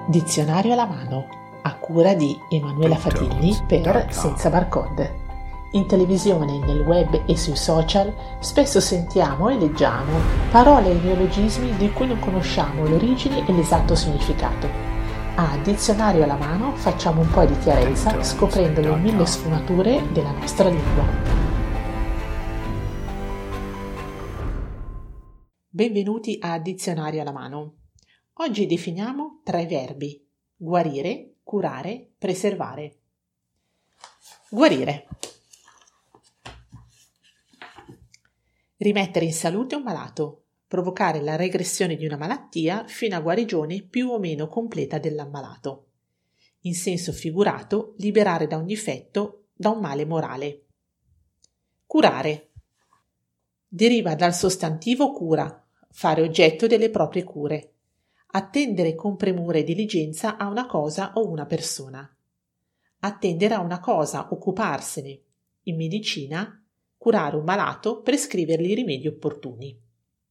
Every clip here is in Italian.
Dizionario alla mano, a cura di Emanuela Fatilli per Senza Barcode. In televisione, nel web e sui social spesso sentiamo e leggiamo parole e neologismi di cui non conosciamo l'origine e l'esatto significato. A Dizionario alla mano facciamo un po' di chiarezza scoprendo le 1000 sfumature della nostra lingua. Benvenuti a Dizionario alla mano. Oggi definiamo 3 verbi: guarire, curare, preservare. Guarire. Rimettere in salute un malato, provocare la regressione di una malattia fino a guarigione più o meno completa dell'ammalato. In senso figurato, liberare da un difetto, da un male morale. Curare. Deriva dal sostantivo cura, fare oggetto delle proprie cure. Attendere con premura e diligenza a una cosa o una persona. Attendere a una cosa, occuparsene. In medicina, curare un malato, prescrivergli i rimedi opportuni.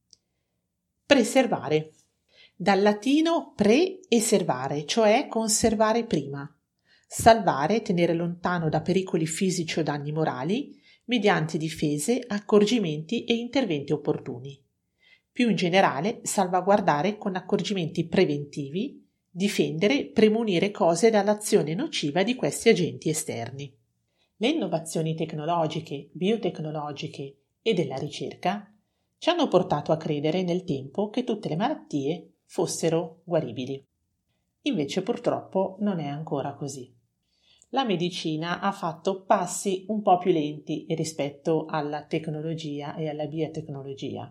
Preservare. Dal latino pre e servare, cioè conservare prima. Salvare, tenere lontano da pericoli fisici o danni morali, mediante difese, accorgimenti e interventi opportuni. Più in generale, salvaguardare con accorgimenti preventivi, difendere, premunire cose dall'azione nociva di questi agenti esterni. Le innovazioni tecnologiche, biotecnologiche e della ricerca ci hanno portato a credere nel tempo che tutte le malattie fossero guaribili. Invece purtroppo non è ancora così. La medicina ha fatto passi un po' più lenti rispetto alla tecnologia e alla biotecnologia.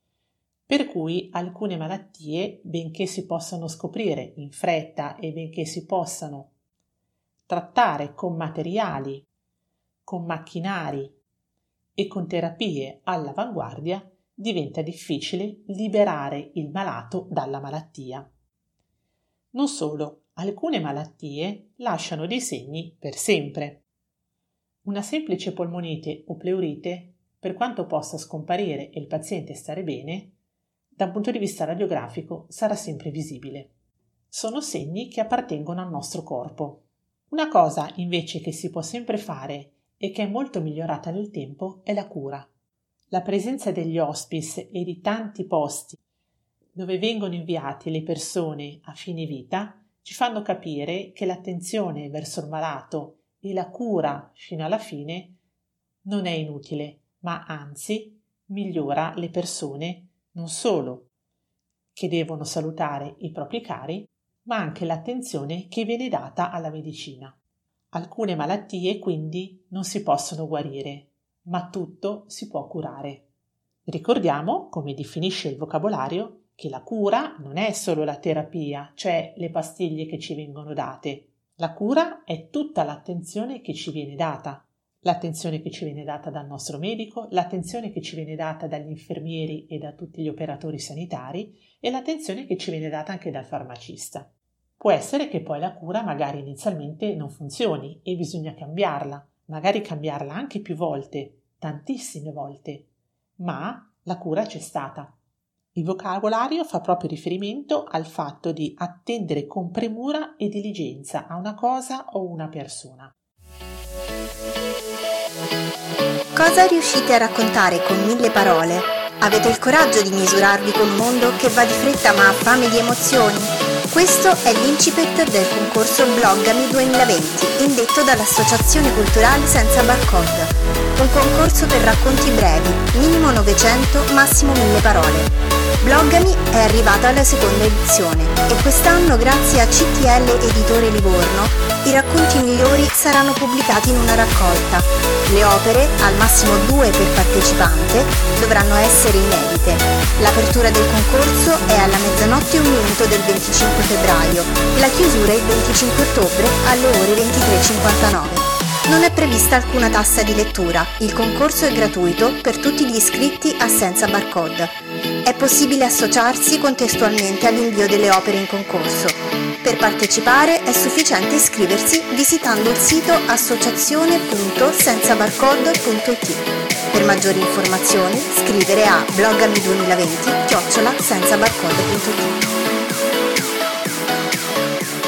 Per cui alcune malattie, benché si possano scoprire in fretta e benché si possano trattare con materiali, con macchinari e con terapie all'avanguardia, diventa difficile liberare il malato dalla malattia. Non solo, alcune malattie lasciano dei segni per sempre. Una semplice polmonite o pleurite, per quanto possa scomparire e il paziente stare bene, da un punto di vista radiografico sarà sempre visibile. Sono segni che appartengono al nostro corpo. Una cosa invece che si può sempre fare e che è molto migliorata nel tempo è la cura. La presenza degli hospice e di tanti posti dove vengono inviate le persone a fine vita ci fanno capire che l'attenzione verso il malato e la cura fino alla fine non è inutile, ma anzi migliora le persone non solo che devono salutare i propri cari, ma anche l'attenzione che viene data alla medicina. Alcune malattie quindi non si possono guarire, ma tutto si può curare. Ricordiamo, come definisce il vocabolario, che la cura non è solo la terapia, cioè le pastiglie che ci vengono date. La cura è tutta l'attenzione che ci viene data. L'attenzione che ci viene data dal nostro medico, l'attenzione che ci viene data dagli infermieri e da tutti gli operatori sanitari e l'attenzione che ci viene data anche dal farmacista. Può essere che poi la cura magari inizialmente non funzioni e bisogna cambiarla, magari cambiarla anche più volte, tantissime volte, ma la cura c'è stata. Il vocabolario fa proprio riferimento al fatto di attendere con premura e diligenza a una cosa o una persona. Cosa riuscite a raccontare con 1000 parole? Avete il coraggio di misurarvi con un mondo che va di fretta ma ha fame di emozioni? Questo è l'incipit del concorso Bloggami 2020, indetto dall'Associazione Culturale Senza Barcode. Un concorso per racconti brevi, minimo 900, massimo 1000 parole. Bloggami è arrivata alla seconda edizione e quest'anno, grazie a CTL Editore Livorno, i racconti migliori saranno pubblicati in una raccolta. Le opere, al massimo 2 per partecipante, dovranno essere inedite. L'apertura del concorso è alla 00:01 del 25 febbraio e la chiusura è il 25 ottobre alle ore 23:59. Non è prevista alcuna tassa di lettura, il concorso è gratuito per tutti gli iscritti a Senza Barcode. È possibile associarsi contestualmente all'invio delle opere in concorso. Per partecipare è sufficiente iscriversi visitando il sito associazione.senzabarcode.it. Per maggiori informazioni scrivere a bloggami2020@senzabarcode.it.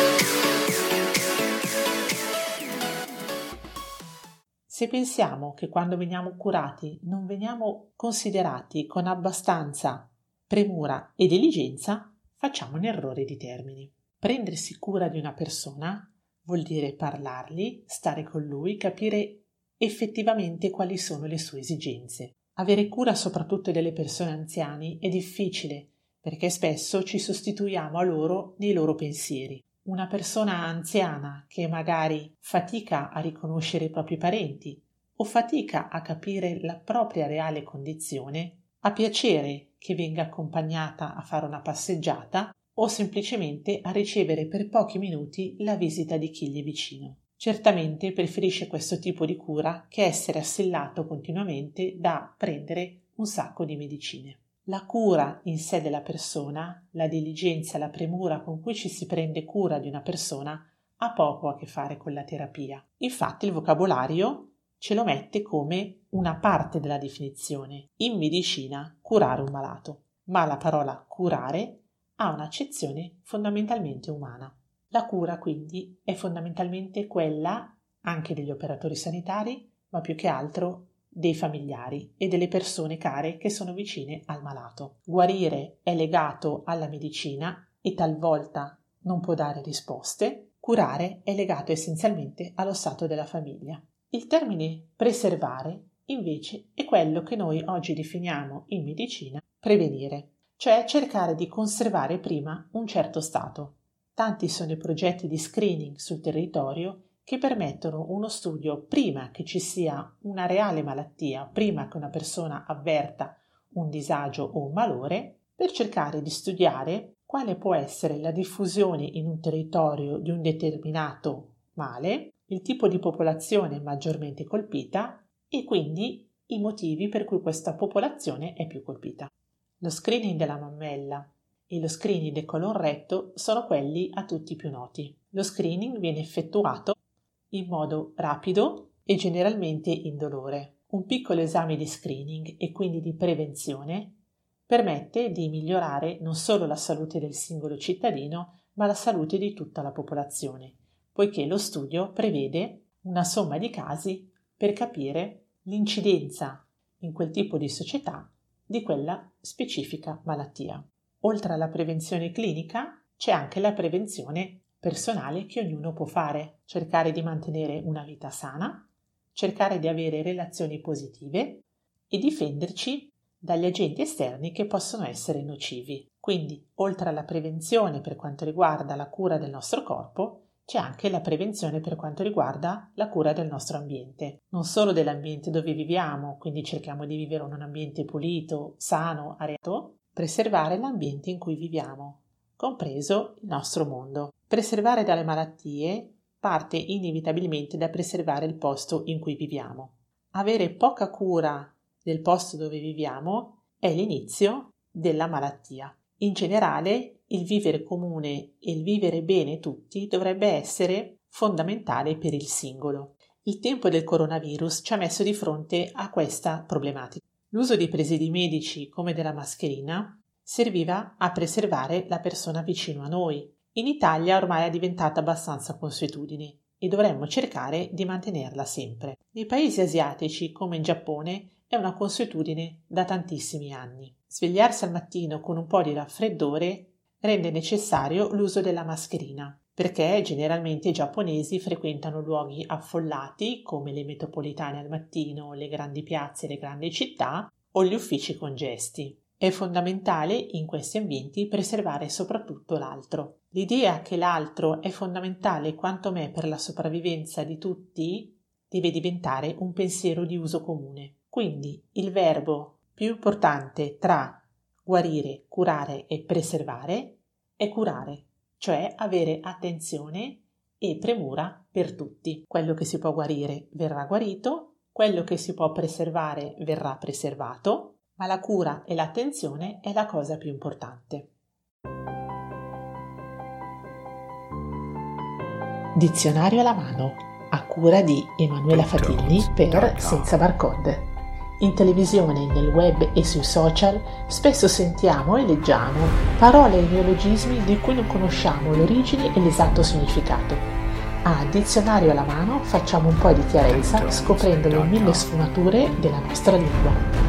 Se pensiamo che quando veniamo curati non veniamo considerati con abbastanza premura e diligenza, facciamo un errore di termini. Prendersi cura di una persona vuol dire parlargli, stare con lui, capire effettivamente quali sono le sue esigenze. Avere cura soprattutto delle persone anziane è difficile perché spesso ci sostituiamo a loro nei loro pensieri. Una persona anziana che magari fatica a riconoscere i propri parenti o fatica a capire la propria reale condizione, ha piacere che venga accompagnata a fare una passeggiata o semplicemente a ricevere per pochi minuti la visita di chi gli è vicino. Certamente preferisce questo tipo di cura che essere assillato continuamente da prendere un sacco di medicine. La cura in sé della persona, la diligenza, la premura con cui ci si prende cura di una persona ha poco a che fare con la terapia. Infatti il vocabolario ce lo mette come una parte della definizione. In medicina curare un malato, ma la parola curare ha un'accezione fondamentalmente umana. La cura quindi è fondamentalmente quella anche degli operatori sanitari, ma più che altro dei familiari e delle persone care che sono vicine al malato. Guarire è legato alla medicina e talvolta non può dare risposte. Curare è legato essenzialmente allo stato della famiglia. Il termine preservare invece è quello che noi oggi definiamo in medicina prevenire, cioè cercare di conservare prima un certo stato. Tanti sono i progetti di screening sul territorio che permettono uno studio prima che ci sia una reale malattia, prima che una persona avverta un disagio o un malore, per cercare di studiare quale può essere la diffusione in un territorio di un determinato male, il tipo di popolazione maggiormente colpita e quindi i motivi per cui questa popolazione è più colpita. Lo screening della mammella e lo screening del colon retto sono quelli a tutti più noti. Lo screening viene effettuato in modo rapido e generalmente indolore. Un piccolo esame di screening e quindi di prevenzione permette di migliorare non solo la salute del singolo cittadino, ma la salute di tutta la popolazione, poiché lo studio prevede una somma di casi per capire l'incidenza in quel tipo di società di quella specifica malattia. Oltre alla prevenzione clinica c'è anche la prevenzione personale che ognuno può fare, cercare di mantenere una vita sana, cercare di avere relazioni positive e difenderci dagli agenti esterni che possono essere nocivi. Quindi, oltre alla prevenzione per quanto riguarda la cura del nostro corpo, c'è anche la prevenzione per quanto riguarda la cura del nostro ambiente, non solo dell'ambiente dove viviamo, quindi cerchiamo di vivere in un ambiente pulito, sano, areato, preservare l'ambiente in cui viviamo, compreso il nostro mondo. Preservare dalle malattie parte inevitabilmente da preservare il posto in cui viviamo. Avere poca cura del posto dove viviamo è l'inizio della malattia. In generale, il vivere comune e il vivere bene tutti dovrebbe essere fondamentale per il singolo. Il tempo del coronavirus ci ha messo di fronte a questa problematica. L'uso dei presidi medici come della mascherina serviva a preservare la persona vicino a noi. In Italia ormai è diventata abbastanza consuetudine e dovremmo cercare di mantenerla sempre. Nei paesi asiatici, come in Giappone, è una consuetudine da tantissimi anni. Svegliarsi al mattino con un po' di raffreddore rende necessario l'uso della mascherina, perché generalmente i giapponesi frequentano luoghi affollati come le metropolitane al mattino, le grandi piazze, le grandi città o gli uffici congesti. È fondamentale in questi ambienti preservare soprattutto l'altro. L'idea che l'altro è fondamentale quanto me per la sopravvivenza di tutti deve diventare un pensiero di uso comune. Quindi il verbo più importante tra guarire, curare e preservare è curare, cioè avere attenzione e premura per tutti. Quello che si può guarire verrà guarito, quello che si può preservare verrà preservato, ma la cura e l'attenzione è la cosa più importante. Dizionario alla mano, a cura di Emanuela Fatilli per Senza Barcode. In televisione, nel web e sui social spesso sentiamo e leggiamo parole e neologismi di cui non conosciamo l'origine e l'esatto significato. A dizionario alla mano facciamo un po' di chiarezza scoprendo le 1000 sfumature della nostra lingua.